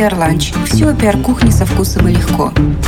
PR-ланч. Все о PR-кухне со вкусом и легко.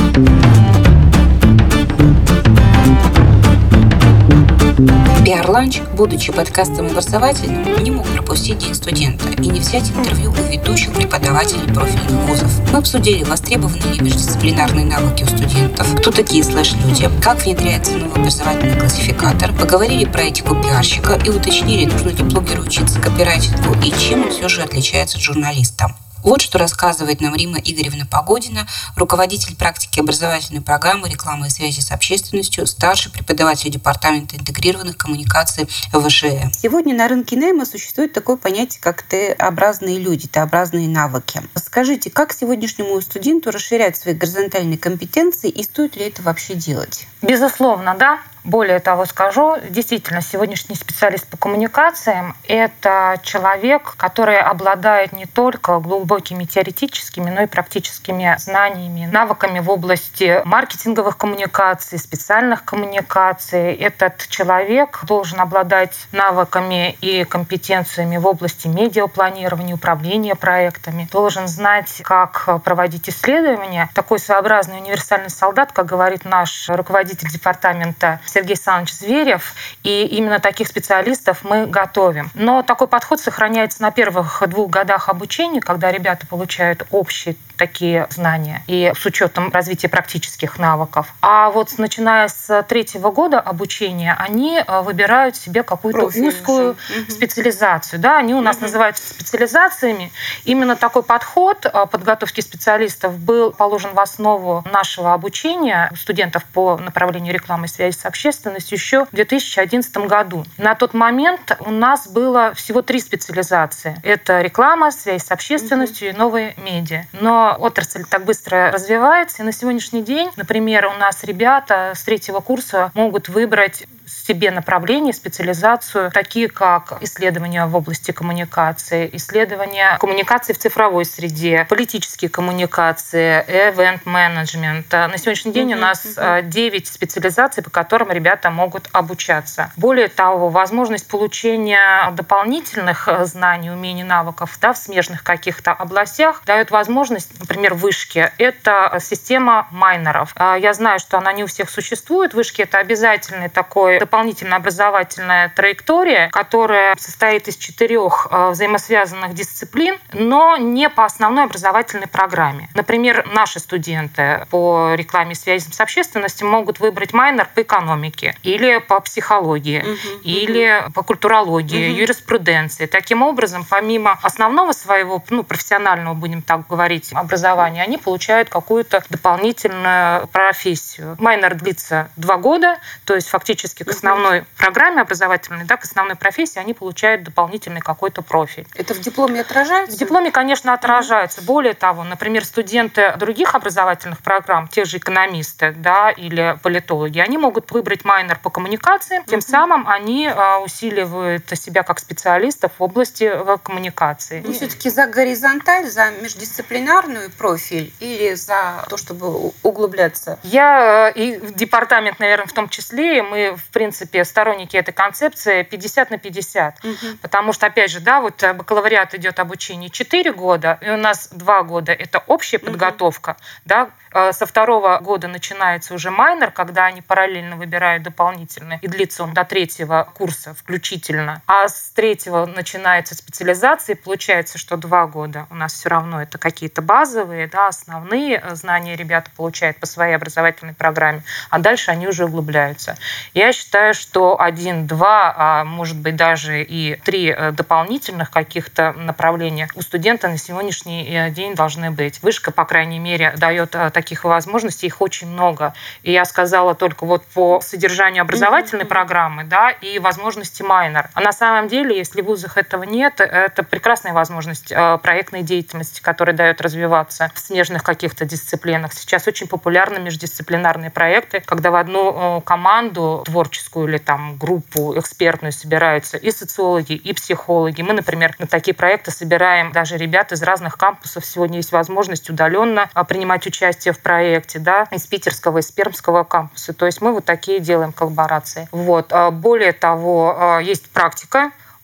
PR-ланч, будучи подкастом образовательным, не мог пропустить День студента и не взять интервью у ведущих преподавателей профильных вузов. Мы обсудили востребованные ли междисциплинарные навыки у студентов, кто такие слэш-люди, как внедряется новый образовательный классификатор, поговорили про этику пиарщика и уточнили, нужно ли блогеру учиться копирайтингу и чем он все же отличается от журналиста. Вот что рассказывает нам Римма Игоревна Погодина, руководитель практики образовательной программы рекламы и связи с общественностью, старший преподаватель департамента интегрированных коммуникаций ВШЭ. Сегодня на рынке найма существует такое понятие, как Т-образные люди, Т-образные навыки. Скажите, как сегодняшнему студенту расширять свои горизонтальные компетенции и стоит ли это вообще делать? Безусловно, да. Более того скажу, действительно, сегодняшний специалист по коммуникациям – это человек, который обладает не только глубокими теоретическими, но и практическими знаниями, навыками в области маркетинговых коммуникаций, специальных коммуникаций. Этот человек должен обладать навыками и компетенциями в области медиапланирования, управления проектами, должен знать, как проводить исследования. Такой своеобразный универсальный солдат, как говорит наш руководитель департамента Сергей Александрович Зверев, и именно таких специалистов мы готовим. Но такой подход сохраняется на первых 2 годах обучения, когда ребята получают общие такие знания и с учетом развития практических навыков. А вот начиная с 3-го года обучения они выбирают себе какую-то узкую специализацию. Да, они у нас называются специализациями. Именно такой подход подготовки специалистов был положен в основу нашего обучения студентов по направлению рекламы и связи с общественностью еще в 2011 году. На тот момент у нас было всего 3 специализации. Это реклама, связь с общественностью и новые медиа. Но отрасль так быстро развивается, и на сегодняшний день, например, у нас ребята с 3-го курса могут выбрать себе направление, специализацию, такие как исследования в области коммуникации, исследования коммуникации в цифровой среде, политические коммуникации, event-менеджмент. На сегодняшний день у нас 9 специализаций, по которым ребята могут обучаться. Более того, возможность получения дополнительных знаний, умений, навыков в смежных каких-то областях дает возможность, например, в вышке. Это система майнеров. Я знаю, что она не у всех существует. Вышки — это обязательный такой дополнительная образовательная траектория, которая состоит из 4 взаимосвязанных дисциплин, но не по основной образовательной программе. Например, наши студенты по рекламе и связи с общественностью могут выбрать майнер по экономике или по психологии, или по культурологии, юриспруденции. Таким образом, помимо основного своего профессионального, будем так говорить, образования, они получают какую-то дополнительную профессию. Майнер длится 2 года, то есть фактически к основной программе образовательной, к основной профессии они получают дополнительный какой-то профиль. Это в дипломе отражается? В дипломе, конечно, отражается. Более того, например, студенты других образовательных программ, те же экономисты, или политологи, они могут выбрать майнер по коммуникации, тем самым они усиливают себя как специалистов в области коммуникации. Вы все-таки за горизонталь, за междисциплинарную профиль или за то, чтобы углубляться? Я и департамент, наверное, в том числе, мы, в принципе, сторонники этой концепции 50 на 50. Потому что, опять же, бакалавриат идет обучение 4 года, и у нас 2 года — это общая подготовка. Со 2-го года начинается уже майнер, когда они параллельно выбирают дополнительно, и длится он до 3-го курса включительно. А с 3-го начинается специализация, и получается, что 2 года у нас все равно это какие-то базовые, основные знания ребята получают по своей образовательной программе, а дальше они уже углубляются. Я считаю, что 1, 2, а может быть даже и 3 дополнительных каких-то направления у студента на сегодняшний день должны быть. Вышка, по крайней мере, дает таких возможностей, их очень много. И я сказала только по содержанию образовательной программы, и возможности майнер. А на самом деле, если в вузах этого нет, это прекрасная возможность проектной деятельности, которая дает развиваться в смежных каких-то дисциплинах. Сейчас очень популярны междисциплинарные проекты, когда в одну команду творческую или группу экспертную собираются и социологи, и психологи. Мы, например, на такие проекты собираем даже ребят из разных кампусов. Сегодня есть возможность удаленно принимать участие в проекте, из питерского, из пермского кампуса. То есть мы такие делаем коллаборации. Более того, есть практика.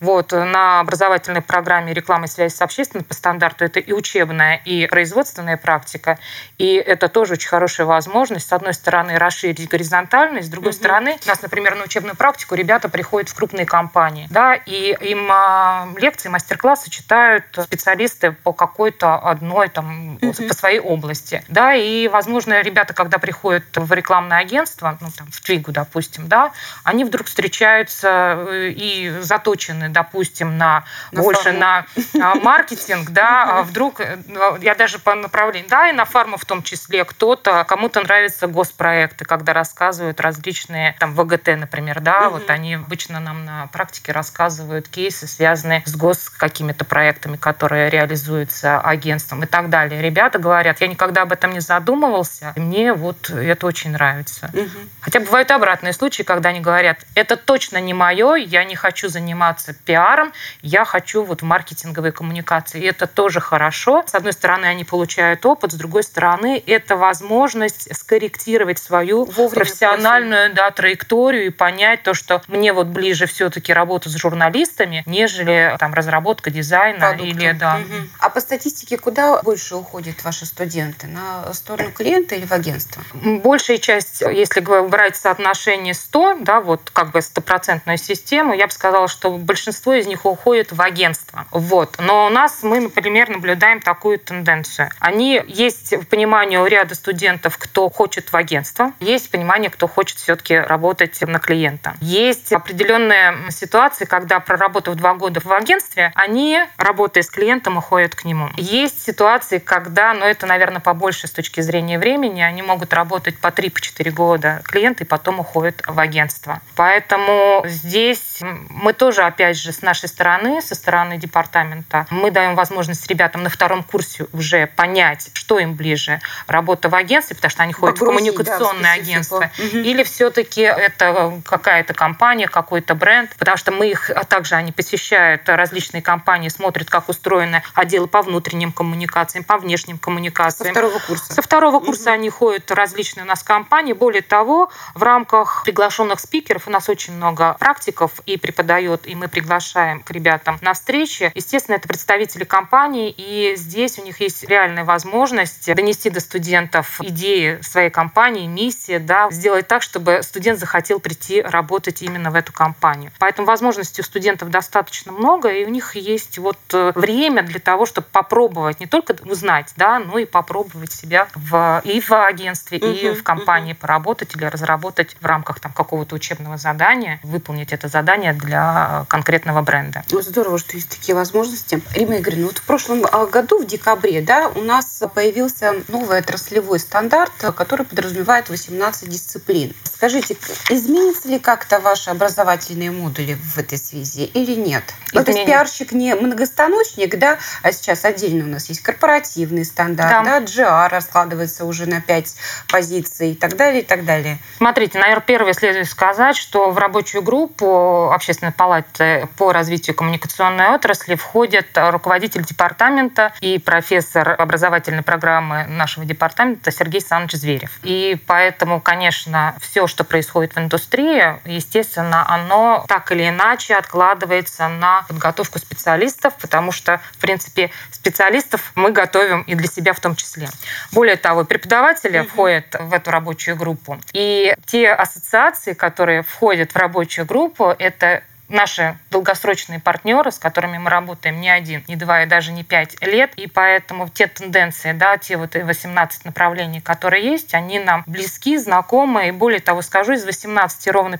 Вот, на образовательной программе рекламы и связи с общественностью по стандарту это и учебная, и производственная практика. И это тоже очень хорошая возможность, с одной стороны, расширить горизонтальность, с другой стороны, у нас, например, на учебную практику ребята приходят в крупные компании, да, и им лекции, мастер-классы читают специалисты по какой-то одной, там, по своей области. Да, и, возможно, ребята, когда приходят в рекламное агентство, ну, там, в Твигу, допустим, да, они вдруг встречаются и заточены, допустим, больше на маркетинг, да, а вдруг, я даже по направлению, да, и на фарму в том числе, кому-то нравятся госпроекты, когда рассказывают различные, там, ВГТ, например, да, вот они обычно нам на практике рассказывают кейсы, связанные с какими-то проектами, которые реализуются агентством и так далее. Ребята говорят, я никогда об этом не задумывался, и мне вот это очень нравится. Хотя бывают обратные случаи, когда они говорят, это точно не мое, я не хочу заниматься пиаром, я хочу вот в маркетинговой коммуникации. И это тоже хорошо. С одной стороны, они получают опыт, с другой стороны, это возможность скорректировать свою профессиональную траекторию и понять то, что мне вот ближе все-таки работа с журналистами, нежели там разработка дизайна или А по статистике куда больше уходят ваши студенты? На сторону клиента или в агентство? Большая часть, если брать соотношение 100, да, вот как бы 100% систему, я бы сказала, что большинство из них уходит в агентство. Вот. Но у нас мы, например, наблюдаем такую тенденцию. Есть понимание у ряда студентов, кто хочет в агентство, есть понимание, кто хочет все-таки работать на клиента. Есть определенные ситуации, когда, проработав 2 года в агентстве, они, работая с клиентом, уходят к нему. Есть ситуации, когда, это, наверное, побольше с точки зрения времени, они могут работать по 3-4 года клиента и потом уходят в агентство. Поэтому здесь мы тоже, опять же, с нашей стороны, со стороны департамента, мы даем возможность ребятам на 2-м курсе уже понять, что им ближе. Работа в агентстве, потому что они ходят в коммуникационное агентство, или все-таки это какая-то компания, какой-то бренд, потому что также они посещают различные компании, смотрят, как устроены отделы по внутренним коммуникациям, по внешним коммуникациям. Со 2-го курса. Со 2-го курса они ходят в различные у нас компании. Более того, в рамках приглашенных спикеров у нас очень много практиков и преподает, и мы приглашаем к ребятам на встречи. Естественно, это представители компаний, и здесь у них есть реальная возможность донести до студентов идеи своей компании, миссии, да, сделать так, чтобы студент захотел прийти работать именно в эту компанию. Поэтому возможностей у студентов достаточно много, и у них есть время для того, чтобы попробовать не только узнать, да, но и попробовать себя и в агентстве, и в компании поработать или разработать в рамках там какого-то учебного задания, выполнить это задание для конкретного бренда. Здорово, что есть такие возможности. Римма Игоревна, в прошлом году, в декабре, да, у нас появился новый отраслевой стандарт, который подразумевает 18 дисциплин. Скажите, изменятся ли как-то ваши образовательные модули в этой связи или нет? То есть пиарщик не многостаночник, да, а сейчас отдельно у нас есть корпоративный стандарт, да, GR раскладывается уже на 5 позиций и так далее, и так далее. Смотрите, наверное, первое следует сказать, что в рабочую группу Общественной палаты по развитию коммуникационной отрасли входит руководитель департамента и профессор образовательной программы нашего департамента Сергей Александрович Зверев. И поэтому, конечно, все, что происходит в индустрии, естественно, оно так или иначе откладывается на подготовку специалистов, потому что, в принципе, специалистов мы готовим и для себя в том числе. Более того, преподаватели входят в эту рабочую группу. И те ассоциации, которые входят в рабочую группу, это наши долгосрочные партнеры, с которыми мы работаем не 1, не 2 и даже не 5 лет. И поэтому те тенденции, да, те 18 направлений, которые есть, они нам близки, знакомы. И более того, скажу, из 18 ровно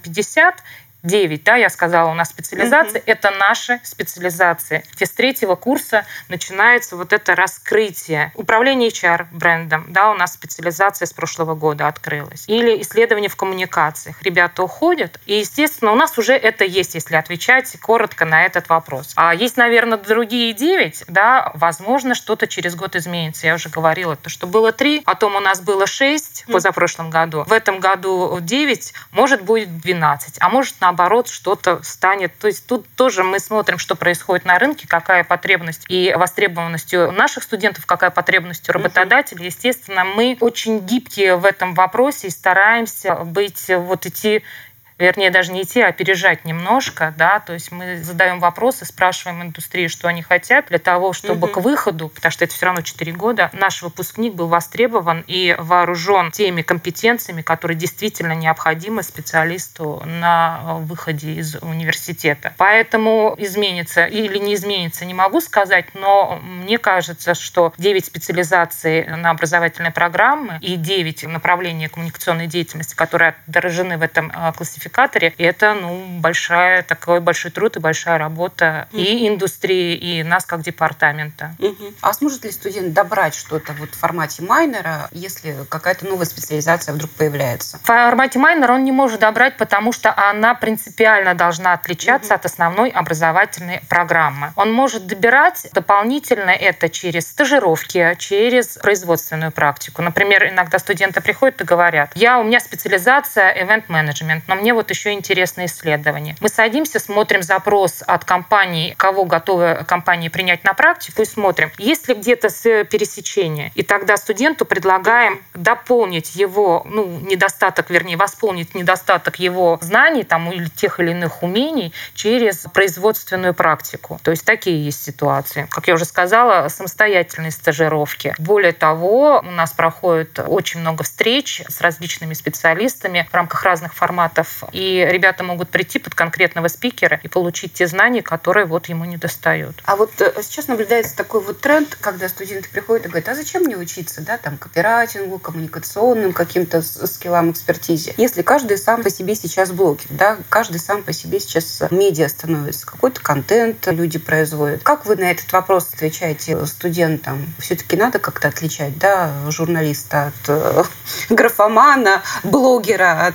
59, да, я сказала, у нас специализации, это наши специализации. Где с 3-го курса начинается это раскрытие. Управление HR брендом, да, у нас специализация с прошлого года открылась. Или исследования в коммуникациях. Ребята уходят, и, естественно, у нас уже это есть, если отвечать коротко на этот вопрос. А есть, наверное, другие 9, да, возможно, что-то через год изменится. Я уже говорила, то, что было 3, потом у нас было 6 позапрошлом году. В этом году 9, может, будет 12, а может, наоборот, что-то станет. То есть тут тоже мы смотрим, что происходит на рынке, какая потребность и востребованность у наших студентов, какая потребность у работодателей. Естественно, мы очень гибкие в этом вопросе и стараемся идти вернее, даже не идти, а опережать немножко, да, то есть мы задаем вопросы, спрашиваем индустрии, что они хотят, для того, чтобы к выходу, потому что это все равно 4 года, наш выпускник был востребован и вооружен теми компетенциями, которые действительно необходимы специалисту на выходе из университета. Поэтому изменится или не изменится, не могу сказать, но мне кажется, что 9 специализаций на образовательной программы и 9 направлений коммуникационной деятельности, которые отражены в этом классификаторе, это такой большой труд и большая работа и индустрии, и нас как департамента. А сможет ли студент добрать что-то в формате майнера, если какая-то новая специализация вдруг появляется? В формате майнера он не может добрать, потому что она принципиально должна отличаться от основной образовательной программы. Он может добирать дополнительно это через стажировки, через производственную практику. Например, иногда студенты приходят и говорят: у меня специализация event-менеджмент, но мне еще интересно исследование. Мы садимся, смотрим запрос от компании, кого готовы компании принять на практику, и смотрим, есть ли где-то пересечение. И тогда студенту предлагаем дополнить его восполнить недостаток его знаний или тех или иных умений через производственную практику. То есть такие есть ситуации. Как я уже сказала, самостоятельные стажировки. Более того, у нас проходит очень много встреч с различными специалистами в рамках разных форматов, и ребята могут прийти под конкретного спикера и получить те знания, которые ему недостают. А сейчас наблюдается такой тренд, когда студенты приходят и говорят: а зачем мне учиться, копирайтингу, коммуникационным каким-то скиллам, экспертизе, если каждый сам по себе сейчас блогер, каждый сам по себе сейчас медиа становится, какой-то контент люди производят. Как вы на этот вопрос отвечаете студентам? Все-таки надо как-то отличать, журналиста от графомана, блогера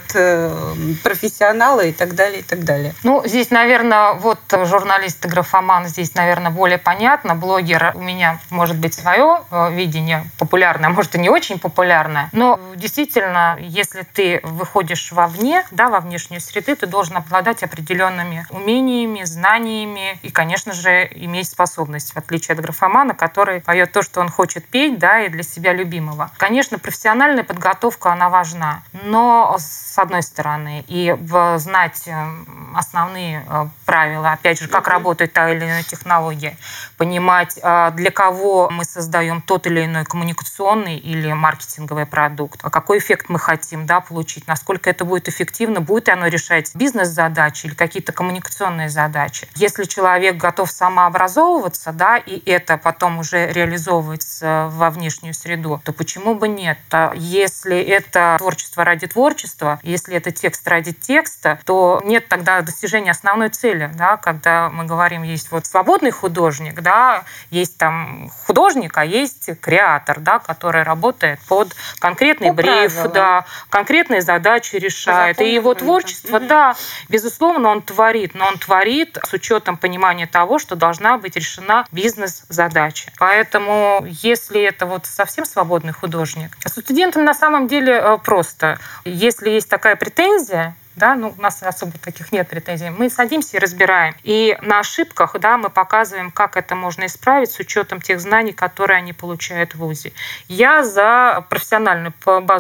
от профессионала и так далее, и так далее. Здесь, наверное, журналист и графоман, здесь, наверное, более понятно. Блогер, у меня может быть свое видение популярное, может и не очень популярное, но действительно, если ты выходишь вовне, во внешнюю среду, ты должен обладать определенными умениями, знаниями и, конечно же, иметь способность, в отличие от графомана, который поет то, что он хочет петь, и для себя любимого. Конечно, профессиональная подготовка, она важна, но с одной стороны, и знать основные правила, опять же, как работает та или иная технология, понимать, для кого мы создаем тот или иной коммуникационный или маркетинговый продукт, какой эффект мы хотим получить, насколько это будет эффективно, будет оно решать бизнес-задачи или какие-то коммуникационные задачи. Если человек готов самообразовываться, и это потом уже реализовывается во внешнюю среду, то почему бы нет? Если это творчество ради творчества, если это текст ради текста, то нет тогда достижения основной цели, когда мы говорим, есть свободный художник, есть художник, а есть креатор, который работает под конкретный бриф, конкретные задачи решает. И его творчество, безусловно, он творит, но он творит с учетом понимания того, что должна быть решена бизнес-задача. Поэтому, если это совсем свободный художник, с студентами на самом деле просто. Если есть такая претензия, у нас особо таких нет претензий. Мы садимся и разбираем. И на ошибках мы показываем, как это можно исправить с учетом тех знаний, которые они получают в ВУЗе. Я за профессиональное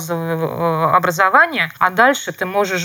базовое образование, а дальше ты можешь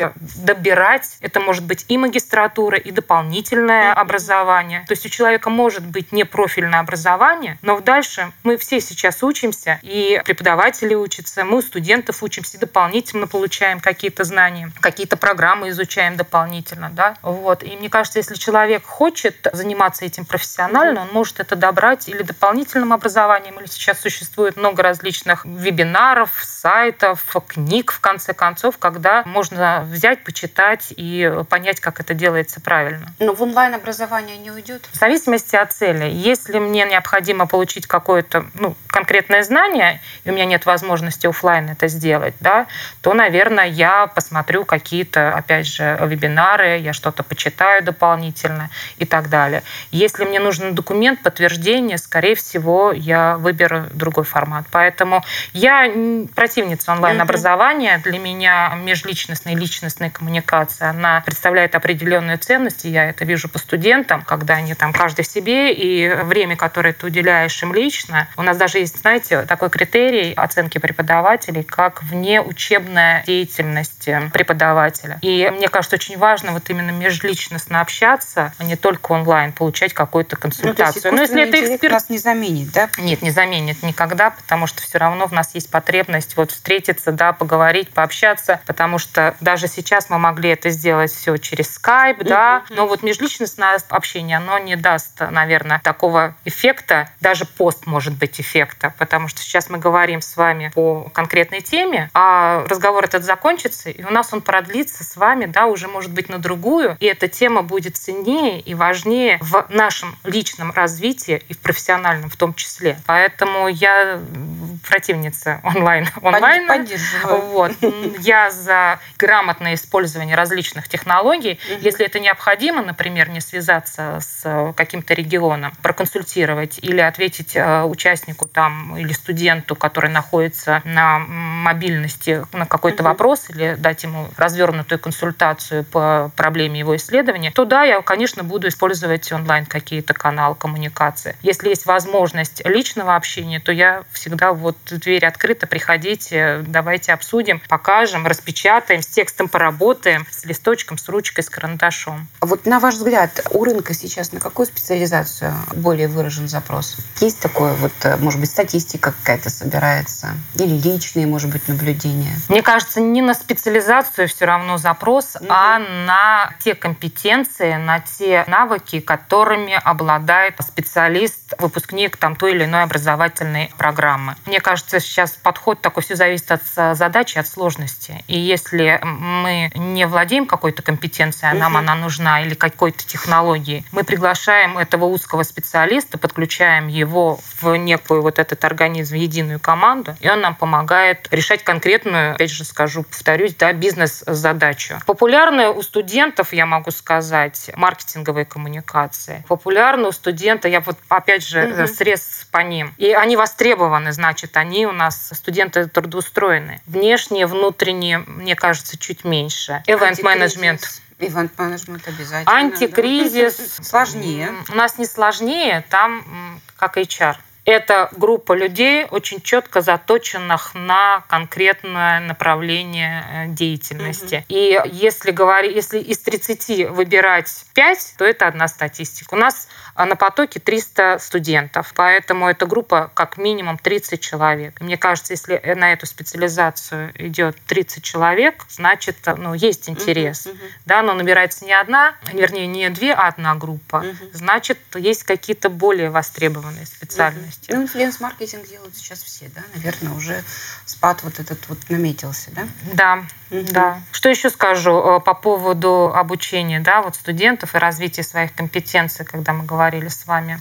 добирать. Это может быть и магистратура, и дополнительное образование. То есть у человека может быть не профильное образование, но дальше мы все сейчас учимся, и преподаватели учатся, мы у студентов учимся, и дополнительно получаем какие-то знания, какие-то программы изучаем дополнительно. И мне кажется, если человек хочет заниматься этим профессионально, он может это добрать или дополнительным образованием, или сейчас существует много различных вебинаров, сайтов, книг, в конце концов, когда можно взять, почитать и понять, как это делается правильно. Но в онлайн-образование не уйдет? В зависимости от цели. Если мне необходимо получить какое-то конкретное знание, и у меня нет возможности офлайн это сделать, то, наверное, я посмотрю какие-то, опять же, вебинары, я что-то почитаю дополнительно и так далее. Если мне нужен документ, подтверждение, скорее всего, я выберу другой формат. Поэтому я противница онлайн-образования. Для меня межличностная и личностная коммуникация, она представляет определенную ценность, и я это вижу по студентам, когда они каждый в себе, и время, которое ты уделяешь им лично. У нас даже есть, знаете, такой критерий оценки преподавателей, как внеучебная деятельность преподавателя преподавателя. И мне кажется, очень важно вот именно межличностно общаться, а не только онлайн, получать какую-то консультацию. Но если это эксперт, нас не заменит, да? Нет, не заменит никогда, потому что все равно в нас есть потребность вот встретиться, да, поговорить, пообщаться, потому что даже сейчас мы могли это сделать все через Skype, да, но вот межличностное общение, оно не даст, наверное, такого эффекта, даже пост может быть эффекта, потому что сейчас мы говорим с вами по конкретной теме, а разговор этот закончится, и у нас он продлится с вами, да, уже может быть на другую, и эта тема будет ценнее и важнее в нашем личном развитии и в профессиональном в том числе. Поэтому я противница онлайн. Поддерживаю. Вот. Я за грамотное использование различных технологий. Если это необходимо, например, не связаться с каким-то регионом, проконсультировать или ответить участнику там, или студенту, который находится на мобильности, на какой-то вопрос, или дать ему развернутую консультацию по проблеме его исследования, то да, я, конечно, буду использовать онлайн какие-то каналы коммуникации. Если есть возможность личного общения, то я всегда вот дверь открыта, приходите, давайте обсудим, покажем, распечатаем, с текстом поработаем, с листочком, с ручкой, с карандашом. Вот на ваш взгляд, у рынка сейчас на какую специализацию более выражен запрос? Есть такое, вот, может быть, статистика какая-то собирается? Или личные, может быть, наблюдения? Мне кажется, не на специализацию все равно запрос, а на те компетенции, на те навыки, которыми обладает специалист, выпускник там, той или иной образовательной программы. Мне кажется, сейчас подход такой, все зависит от задачи, от сложности. И если мы не владеем какой-то компетенцией, а нам она нужна, или какой-то технологией, мы приглашаем этого узкого специалиста, подключаем его в некую вот этот организм, единую команду, и он нам помогает решать конкретную, опять же скажу, повторюсь, да, бизнес-задачу. Популярны у студентов, я могу сказать, маркетинговые коммуникации. Популярны у студента, я вот опять же срез по ним. И они востребованы, значит, они у нас студенты трудоустроены. Внешние, внутренние, мне кажется, чуть меньше. Event-менеджмент. Ивент-менеджмент обязательно. Антикризис. Да. Сложнее. У нас не сложнее, там как HR. Это группа людей, очень четко заточенных на конкретное направление деятельности. И если из 30 выбирать 5, то это одна статистика. У нас на потоке 300 студентов, поэтому эта группа как минимум 30 человек. Мне кажется, если на эту специализацию идет 30 человек, значит, есть интерес. Да, но набирается не одна, вернее, не две, а одна группа. Значит, есть какие-то более востребованные специальности. Ну, инфлюенс-маркетинг делают сейчас все, да? Наверное, уже спад вот этот вот наметился, да? Да. Да. Что еще скажу по поводу обучения, да, вот студентов и развития своих компетенций, когда мы говорили с вами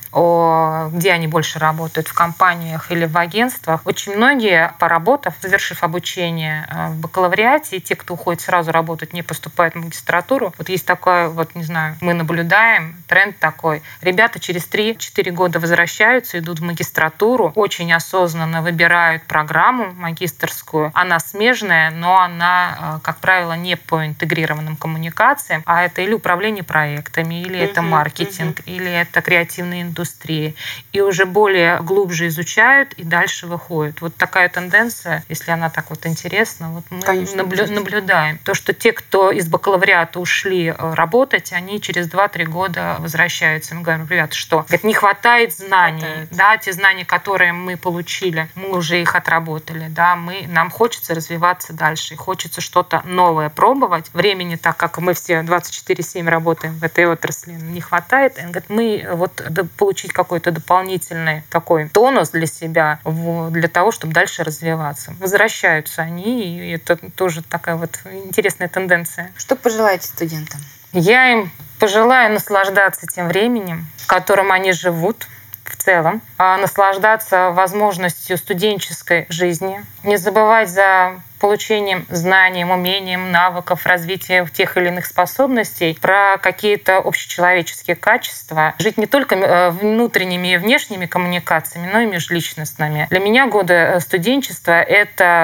где они больше работают, в компаниях или в агентствах. Очень многие, поработав, завершив обучение в бакалавриате, и те, кто уходит сразу работать, не поступают в магистратуру, вот есть такое, вот не знаю, мы наблюдаем тренд такой. Ребята через 3-4 года возвращаются, идут в магистратуру, очень осознанно выбирают программу магистерскую. Она смежная, но она, как правило, не по интегрированным коммуникациям, а это или управление проектами, или это маркетинг, или это креативная индустрия. И уже более глубже изучают и дальше выходят. Вот такая тенденция, если она так вот интересна, вот мы наблюдаем. То, что те, кто из бакалавриата ушли работать, они через 2-3 года возвращаются. Мы говорим, ребята, что? Говорит, не хватает знаний. Да, те знания, которые мы получили, мы уже их отработали. Да, нам хочется развиваться дальше, хочется что-то новое пробовать. Времени, так как мы все 24/7 работаем в этой отрасли, не хватает. И он говорит, мы вот получить какой-то дополнительный такой тонус для себя, для того, чтобы дальше развиваться. Возвращаются они, и это тоже такая вот интересная тенденция. Что пожелаете студентам? Я им пожелаю наслаждаться тем временем, в котором они живут, в целом, наслаждаться возможностью студенческой жизни, не забывать за получением знаний, умением, навыков, развития тех или иных способностей, про какие-то общечеловеческие качества, жить не только внутренними и внешними коммуникациями, но и межличностными. Для меня годы студенчества — это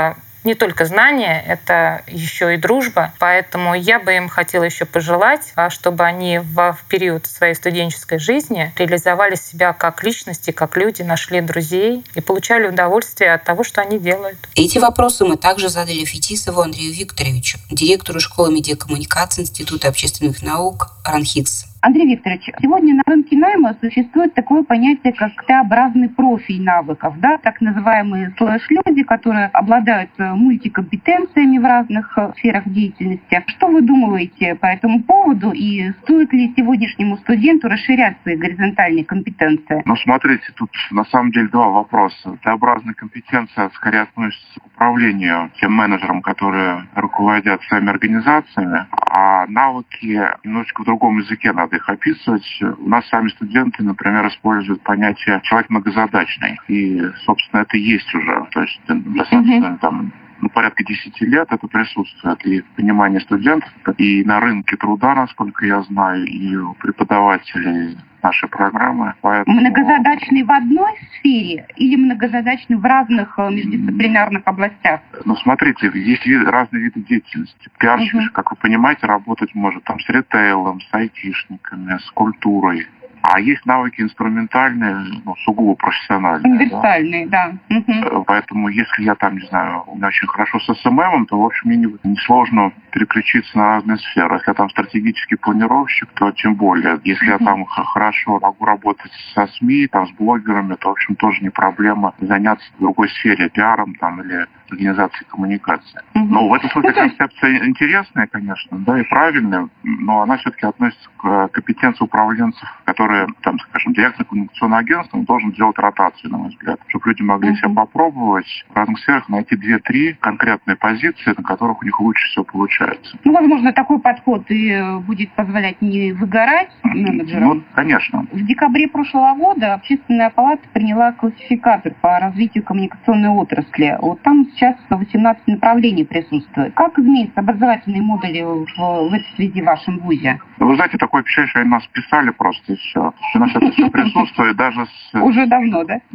не только знания, это еще и дружба. Поэтому я бы им хотела еще пожелать, чтобы они в период своей студенческой жизни реализовали себя как личности, как люди, нашли друзей и получали удовольствие от того, что они делают. Эти вопросы мы также задали Фетисову Андрею Викторовичу, директору школы медиакоммуникации Института общественных наук РАНХИКС. Андрей Викторович, сегодня на рынке найма существует такое понятие, как Т-образный профиль навыков, да, так называемые слэш-люди, которые обладают мультикомпетенциями в разных сферах деятельности. Что вы думаете по этому поводу и стоит ли сегодняшнему студенту расширять свои горизонтальные компетенции? Смотрите, тут на самом деле два вопроса. Т-образная компетенция скорее относится к управлению тем менеджерам, которые руководят своими организациями, а навыки немножечко в другом языке надо их описывать. У нас сами студенты, например, используют понятие «человек многозадачный». И, собственно, это есть уже. То есть достаточно порядка 10 лет это присутствует и в понимании студентов, и на рынке труда, насколько я знаю, и у преподавателей нашей программы. Поэтому... Многозадачный в одной сфере или многозадачный в разных междисциплинарных областях? Смотрите, есть разные виды деятельности. Пиарщик, как вы понимаете, работать может с ритейлом, с айтишниками, с культурой. А есть навыки инструментальные, сугубо профессиональные. Универсальные, да. Поэтому если я у меня очень хорошо с СММом, то, в общем, мне несложно переключиться на разные сферы. Если я стратегический планировщик, то тем более. Если я хорошо могу работать со СМИ, с блогерами, то, в общем, тоже не проблема заняться в другой сфере, пиаром или организацией коммуникации. Но в этом смысле концепция интересная, конечно, да, и правильная, но она все-таки относится к компетенции управленцев, которые, директор коммуникационного агентства должен делать ротацию, на мой взгляд, чтобы люди могли себя попробовать в разных сферах, найти 2-3 конкретные позиции, на которых у них лучше всего получается. Возможно, такой подход и будет позволять не выгорать менеджерам. Конечно. В декабре прошлого года Общественная палата приняла классификатор по развитию коммуникационной отрасли. Там сейчас 18 направлений присутствует. Как изменятся образовательные модули в этой связи в вашем вузе? Вы знаете, такое впечатление, что они нас писали просто и все. У нас это все присутствует даже с... Уже давно, да?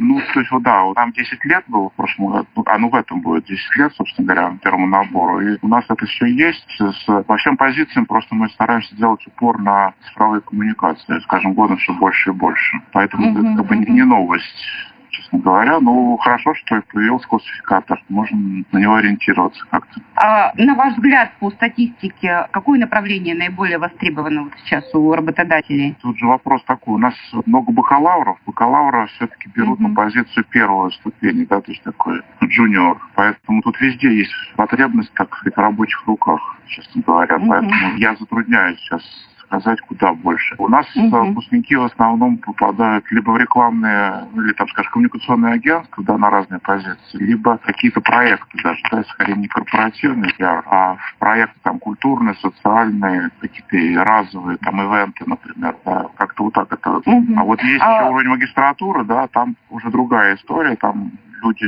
Нам 10 лет было в прошлом году, в этом будет 10 лет, собственно говоря, первому набору. И у нас это все есть. По всем позициям просто мы стараемся делать упор на цифровые коммуникации. С каждым годом все больше и больше. Поэтому это не новость. Честно говоря, хорошо, что появился классификатор. Можно на него ориентироваться как-то. А на ваш взгляд, по статистике, какое направление наиболее востребовано сейчас у работодателей? Тут же вопрос такой. У нас много бакалавров. Бакалавра все-таки берут на позицию первой ступени, то есть такой джуниор. Поэтому тут везде есть потребность, так сказать, в рабочих руках, честно говоря. Поэтому я затрудняюсь сейчас сказать, куда больше. У нас выпускники в основном попадают либо в рекламные, или, коммуникационные агентства, на разные позиции, либо какие-то проекты даже, скорее не корпоративный пиар, а в проекты культурные, социальные, какие-то разовые, ивенты, например, как-то так это. А вот есть еще уровень магистратуры, там уже другая история, там люди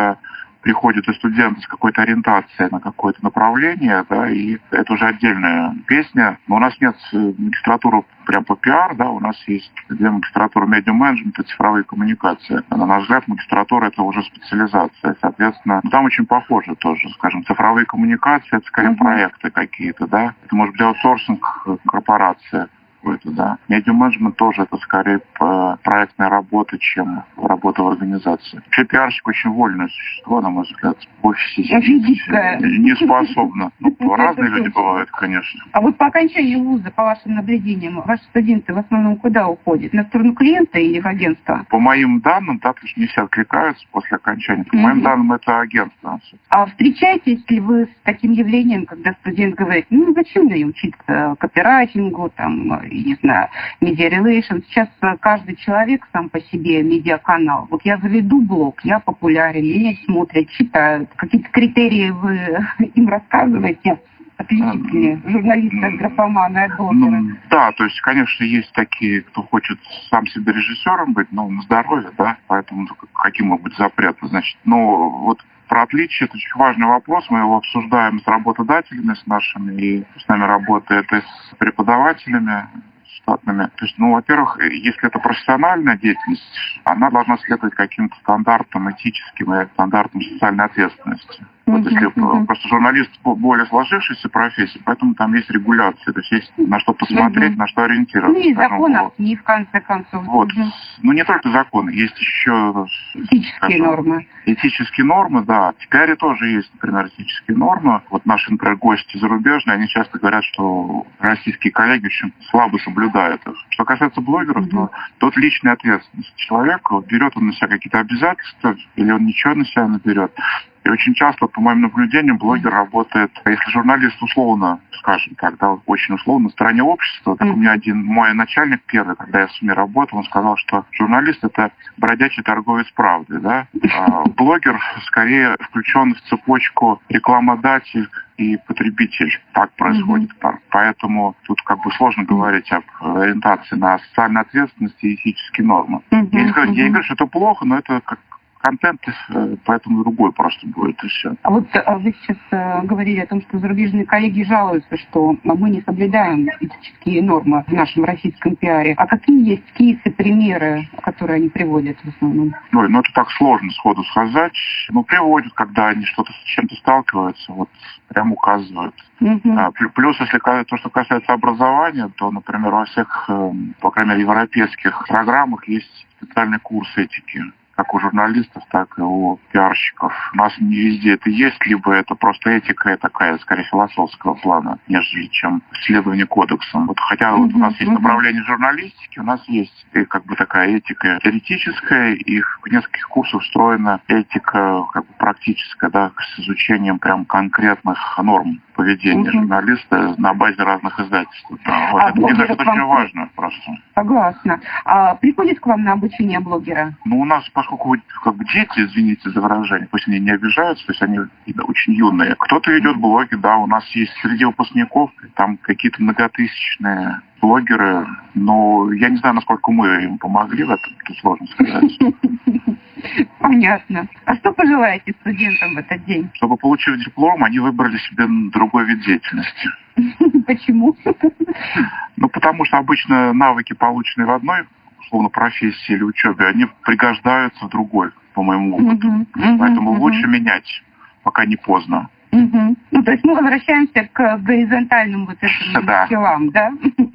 приходят и студенты с какой-то ориентацией на какое-то направление, и это уже отдельная песня. Но у нас нет магистратуры прям по пиар, у нас есть две магистратуры медиа-менеджмент и цифровые коммуникации. На наш взгляд, магистратура — это уже специализация. Соответственно, там очень похоже тоже. Цифровые коммуникации — это скорее проекты какие-то, Это может быть аутсорсинг корпорации. Медиа-менеджмент тоже это скорее проектная работа, чем работа в организации. Вообще пиарщик очень вольное существо, на мой взгляд. В офисе сидеть не способно. Разные люди бывают, конечно. А вот по окончании вуза, по вашим наблюдениям, ваши студенты в основном куда уходят? На сторону клиента или в агентство? По моим данным, потому что не все откликаются после окончания. По моим данным, это агентство. А встречаетесь ли вы с таким явлением, когда студент говорит, зачем мне учиться копирайтингу, не знаю, media relations. Сейчас каждый человек сам по себе медиаканал. Вот я заведу блог, я популярен, меня смотрят, читают. Какие-то критерии вы им рассказываете? Отличительные журналисты от графомана, от блогера. Да, то есть, конечно, есть такие, кто хочет сам себе режиссером быть, на здоровье, поэтому какие могут быть запреты, про отличие, это очень важный вопрос. Мы его обсуждаем с работодателями, с нашими, и с нами работает и с преподавателями штатными. То есть, во-первых, если это профессиональная деятельность, она должна следовать каким-то стандартам этическим и стандартам социальной ответственности. Вот если просто журналист более сложившейся профессии, поэтому там есть регуляция, то есть есть на что посмотреть, на что ориентироваться. Ну и законов, не в конце концов. Вот. Ну не только законы, есть еще этические нормы. Этические нормы, да. В пиаре тоже есть, например, этические нормы. Вот наши, например, гости зарубежные, они часто говорят, что российские коллеги очень слабо соблюдают их. Что касается блогеров, то тут личная ответственность человека. Вот берет он на себя какие-то обязательства, или он ничего на себя не берет. И очень часто, по моим наблюдениям, блогер работает, если журналист условно, скажем так, да, очень условно, на стороне общества, так у меня один мой начальник первый, когда я в СМИ работал, он сказал, что журналист — это бродячий торговец правды, да, а блогер скорее включен в цепочку рекламодатель и потребитель. Так происходит. Поэтому тут как бы сложно говорить об ориентации на социальную ответственность и этические нормы. Я не говорю, что это плохо, но это как контент, поэтому другой просто будет, и все. А вот вы сейчас говорили о том, что зарубежные коллеги жалуются, что мы не соблюдаем этические нормы в нашем российском пиаре. А какие есть кейсы, примеры, которые они приводят в основном? Ну это так сложно сходу сказать. Ну, приводят, когда они что-то с чем-то сталкиваются, вот прям указывают. Плюс, если то, что касается образования, то, например, во всех, по крайней мере, европейских программах есть специальный курс этики, как у журналистов, так и у пиарщиков. У нас не везде это есть, либо это просто этика такая, скорее, философского плана, нежели чем следование кодексам. Вот, хотя вот у нас есть направление журналистики, у нас есть и как бы такая этика теоретическая, и в нескольких курсах встроена этика как бы практическая, да, с изучением прям конкретных норм поведения журналиста на базе разных издательств. Да, вот. Это, мне кажется, очень важно просто. Согласна. А приходит к вам на обучение блогера? Ну, у нас, поскольку как бы дети, извините за выражение, пусть они не обижаются, то есть они очень юные. Кто-то ведет блоги, да, у нас есть среди выпускников там какие-то многотысячные блогеры, но я не знаю, насколько мы им помогли в этом, это сложно сказать. Понятно. А что пожелаете студентам в этот день? Чтобы, получив диплом, они выбрали себе другой вид деятельности. Почему? Ну, потому что обычно навыки, полученные в одной, условно, профессии или учебе, они пригождаются в другой, по моему опыту. Поэтому лучше менять, пока не поздно. Ну, то есть мы возвращаемся к горизонтальным вот этим скиллам, да?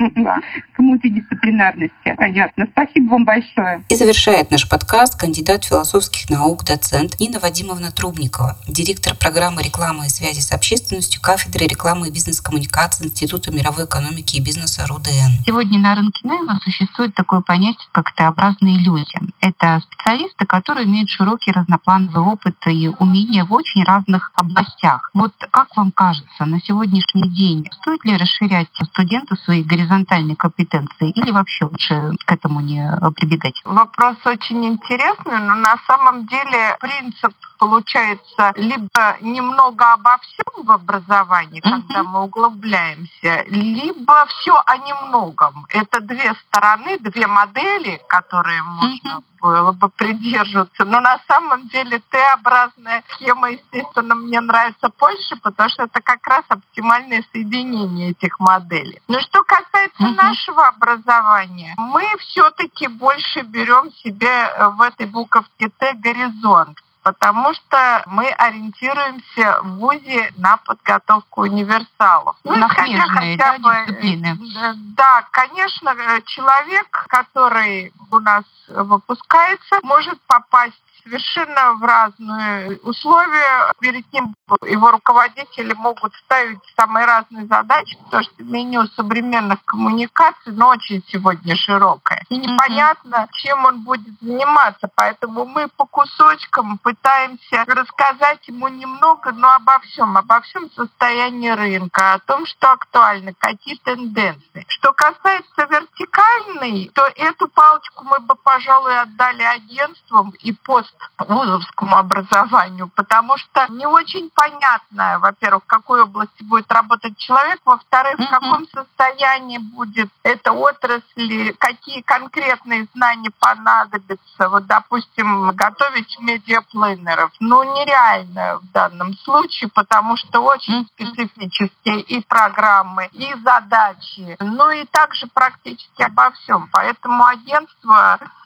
К мультидисциплинарности. Понятно. Спасибо вам большое. И завершает наш подкаст кандидат философских наук, доцент Нина Вадимовна Трубникова, директор программы рекламы и связи с общественностью кафедры рекламы и бизнес-коммуникации Института мировой экономики и бизнеса РУДН. Сегодня на рынке найма существует такое понятие, как Т-образные люди. Это специалисты, которые имеют широкий разноплановый опыт и умения в очень разных областях. Вот как вам кажется, на сегодняшний день стоит ли расширять студенту свои горизонтальные компетенции или вообще лучше к этому не прибегать? Вопрос очень интересный, но на самом деле принцип получается либо немного обо всем в образовании, когда мы углубляемся, либо все о немногом. Это две стороны, две модели, которые можно было бы придерживаться. Но на самом деле Т-образная схема, естественно, мне нравится больше, потому что это как раз оптимальное соединение этих моделей. Но что касается нашего образования, мы все-таки больше берем себе в этой буковке Т горизонт, потому что мы ориентируемся в ВУЗе на подготовку универсалов. На смежные, дисциплины. Да, конечно, человек, который у нас выпускается, может попасть совершенно в разные условия. Перед ним его руководители могут ставить самые разные задачи, потому что меню современных коммуникаций, но очень сегодня широкое. И непонятно, чем он будет заниматься. Поэтому мы по кусочкам пытаемся рассказать ему немного, но обо всем состоянии рынка, о том, что актуально, какие тенденции. Что касается вертикальной, то эту палочку мы бы, пожалуй, отдали агентствам и поствузовскому образованию, потому что не очень понятно, во-первых, в какой области будет работать человек, во-вторых, в каком состоянии будет эта отрасль, какие конкретные знания понадобятся. Вот, допустим, готовить медиапланеров. Нереально в данном случае, потому что очень специфические и программы, и задачи, и также практически обо всем. Поэтому агентство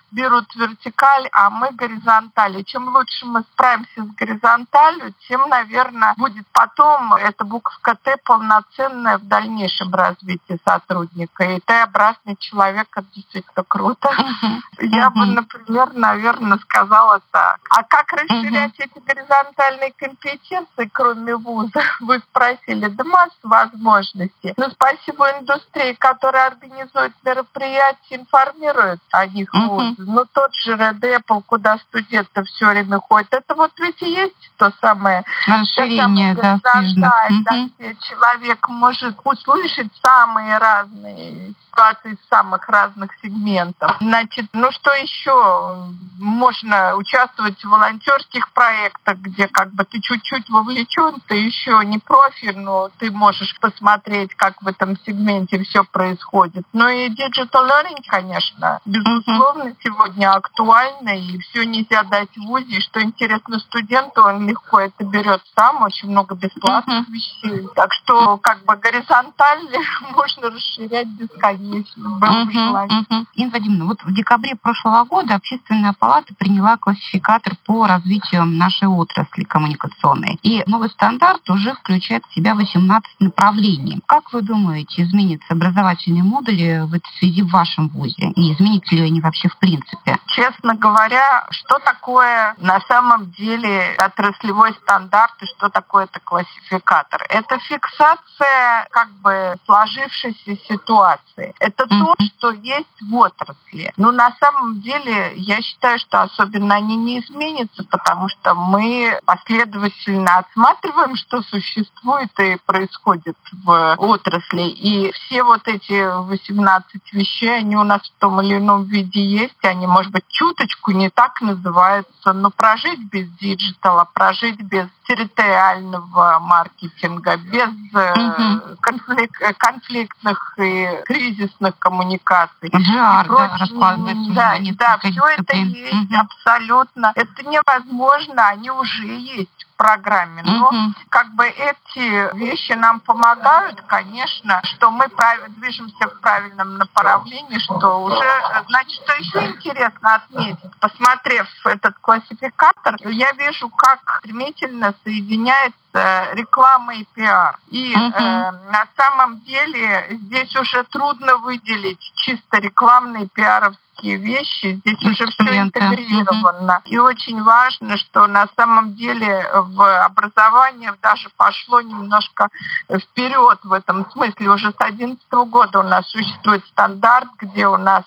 берут вертикаль, а мы горизонталь. И чем лучше мы справимся с горизонталью, тем, наверное, будет потом эта буковка Т полноценная в дальнейшем развитии сотрудника. И Т-образный человек — это действительно круто. Я бы, например, наверное, сказала так. А как расширять эти горизонтальные компетенции, кроме вуза? Вы спросили. Да масса возможностей. Но спасибо индустрии, которая организует мероприятия, информирует о них вузы. Ну, тот же Red Apple, куда студенты все время ходят. Это вот ведь и есть то самое расширение, да, где человек может услышать самые разные ситуации из самых разных сегментов. Значит, ну что еще? Можно участвовать в волонтерских проектах, где как бы ты чуть-чуть вовлечен, ты еще не профиль, но ты можешь посмотреть, как в этом сегменте все происходит. Ну и digital learning, конечно, безусловно, сегодня актуально, и все нельзя дать в вузе. Что интересно студенту, он легко это берет сам, очень много бесплатных вещей. Так что как бы горизонтально можно расширять бесконечно. Инна Вадимовна, вот в декабре прошлого года Общественная палата приняла классификатор по развитию нашей отрасли коммуникационной. И новый стандарт уже включает в себя 18 направлений. Как вы думаете, изменятся образовательные модули в этой связи в вашем вузе? И изменятся ли они вообще в принципе? Честно говоря, что такое на самом деле отраслевой стандарт и что такое это классификатор? Это фиксация как бы сложившейся ситуации. Это то, что есть в отрасли. Но на самом деле я считаю, что особенно они не изменятся, потому что мы последовательно отсматриваем, что существует и происходит в отрасли. И все вот эти 18 вещей, они у нас в том или ином виде есть. Они, может быть, чуточку не так называются, но прожить без диджитала, прожить без территориального маркетинга, без конфликтных и кризисных коммуникаций. Да, все это есть абсолютно. Это невозможно, они уже есть в программе. Но как бы эти вещи нам помогают, конечно, что мы движемся в правильном направлении, что уже, значит, что еще интересно отметить, посмотрев этот классификатор, я вижу, как стремительно соединяется реклама и пиар. И на самом деле здесь уже трудно выделить чисто рекламные пиаровские вещи. Здесь уже все интегрировано. И очень важно, что на самом деле в образовании даже пошло немножко вперед в этом смысле. Уже с 2011 года у нас существует стандарт, где у нас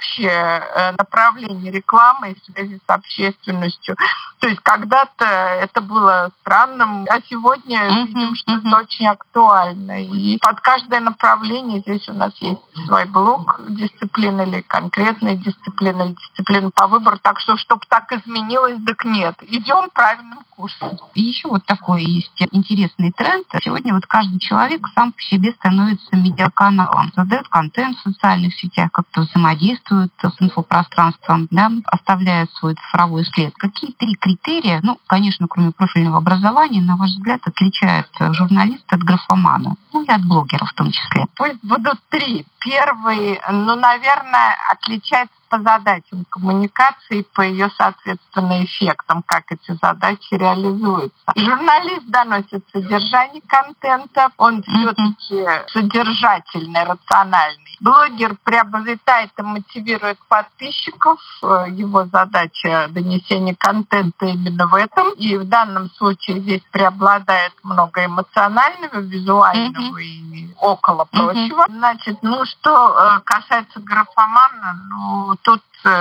общее направление рекламы и связи с общественностью. То есть когда-то это было странным, а сегодня видим, что это очень актуально. И под каждое направление здесь у нас есть свой блок дисциплин или конкретная дисциплина, или дисциплина по выбору. Так что, чтобы так изменилось, так нет. Идем правильным курсом. И еще вот такой есть интересный тренд. Сегодня вот каждый человек сам по себе становится медиаканалом. Создает контент в социальных сетях, как-то взаимодействует с инфопространством, да, оставляет свой цифровой след. Какие 3 критерия, ну, конечно, кроме профильного образования, на ваш взгляд, отличают журналиста от графомана? Ну, и от блогера в том числе. Пусть будут 3. Первый, наверное, отличается по задачам коммуникации, по ее, соответственно, эффектам, как эти задачи реализуются. Журналист доносит содержание контента, он все-таки содержательный, рациональный. Блогер приобретает и мотивирует подписчиков. Его задача донесения контента именно в этом. И в данном случае здесь преобладает много эмоционального, визуального и около прочего. Значит, что касается графомана, тут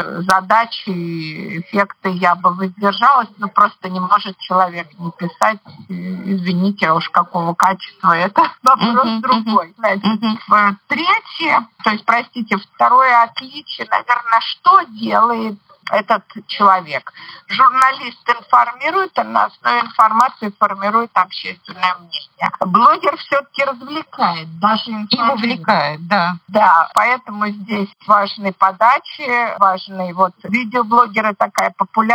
задачи, эффекты я бы воздержалась, просто не может человек не писать, извините, а уж какого качества, это вопрос другой. Значит, третье, то есть, простите, второе отличие, наверное, что делает этот человек. Журналист информирует, а на основе информации формирует общественное мнение. Блогер все-таки развлекает, даже и вовлекает, да. Да, поэтому здесь важны подачи, важны видеоблогеры, такая популярность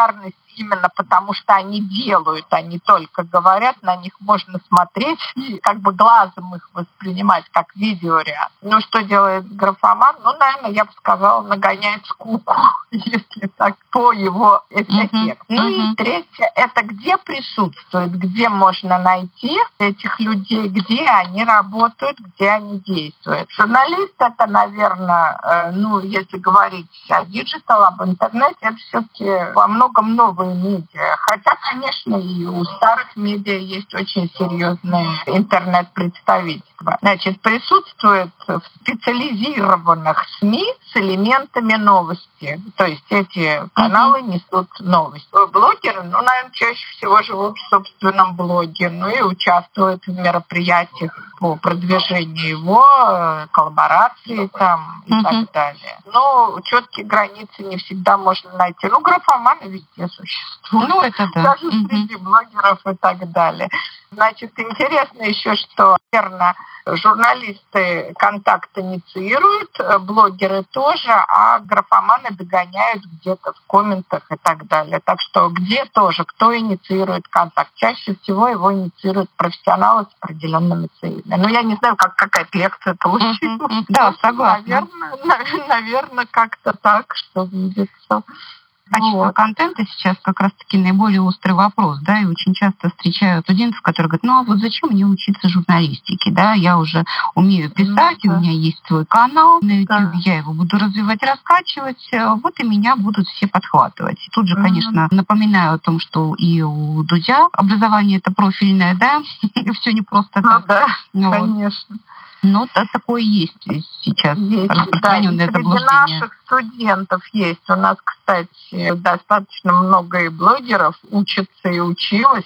именно потому, что они делают, а не только говорят, на них можно смотреть и как бы глазом их воспринимать как видеоряд. Ну, что делает графоман? Ну, наверное, я бы сказала, нагоняет скуку, если так, по его эффекту. Ну и третье, это где присутствует, где можно найти этих людей, где они работают, где они действуют. Журналист — это, наверное, если говорить о диджитал, об интернете, это все-таки во многом новые медиа. Хотя, конечно, и у старых медиа есть очень серьезные интернет-представительства. Значит, присутствует в специализированных СМИ с элементами новости. То есть эти каналы несут новости. Блогеры, наверное, чаще всего живут в собственном блоге, и участвуют в мероприятиях по продвижению его, коллаборации там и так далее. Но четкие границы не всегда можно найти. Графоманы везде существуют. Это да. Даже среди блогеров и так далее. Значит, интересно еще, что, наверное, журналисты контакт инициируют, блогеры тоже, а графоманы догоняют где-то в комментах и так далее. Так что где тоже, кто инициирует контакт? Чаще всего его инициируют профессионалы с определенными целями. Я не знаю, какая-то лекция получилась. Да, согласна. Наверное, как-то так, что видится. Качество контента сейчас как раз-таки наиболее острый вопрос, да, и очень часто встречаю студентов, которые говорят, а вот зачем мне учиться журналистике, да, я уже умею писать, у меня есть свой канал на YouTube, я его буду развивать, раскачивать, вот и меня будут все подхватывать. Тут же, конечно, напоминаю о том, что и у Дудя образование это профильное, да, и все не просто так. Да, конечно. Но такое есть сейчас, распространенное заблуждение. Среди наших студентов есть. У нас, кстати, достаточно много и блогеров учатся и училось.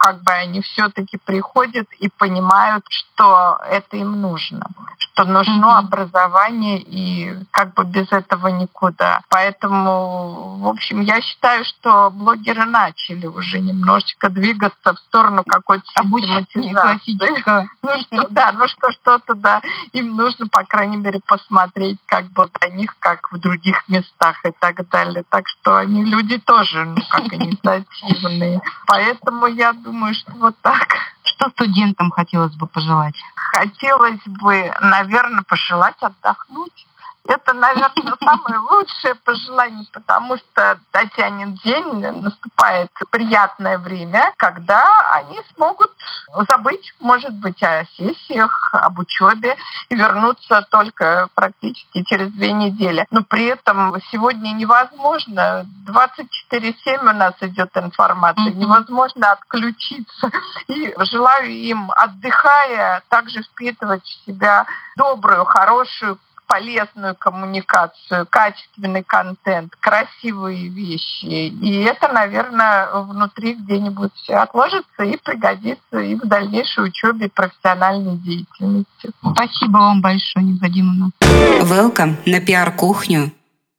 Они все-таки приходят и понимают, что это им нужно. Что нужно образование, и без этого никуда. Поэтому, в общем, я считаю, что блогеры начали уже немножечко двигаться в сторону какой-то систематизации. Что-то, да, им нужно, по крайней мере, посмотреть о них, как в других местах и так далее. Так что они люди тоже, инициативные. Поэтому я думаю, что вот так. Что студентам хотелось бы пожелать? Хотелось бы, наверное, пожелать отдохнуть. Это, наверное, самое лучшее пожелание, потому что дотянет день, наступает приятное время, когда они смогут забыть, может быть, о сессиях, об учебе и вернуться только практически через 2 недели. Но при этом сегодня невозможно. 24/7 у нас идет информация. Невозможно отключиться. И желаю им, отдыхая, также впитывать в себя добрую, хорошую, полезную коммуникацию, качественный контент, красивые вещи. И это, наверное, внутри где-нибудь отложится и пригодится и в дальнейшей учебе и профессиональной деятельности. Спасибо вам большое, Нина Вадимовна. Welcome на PR-кухню.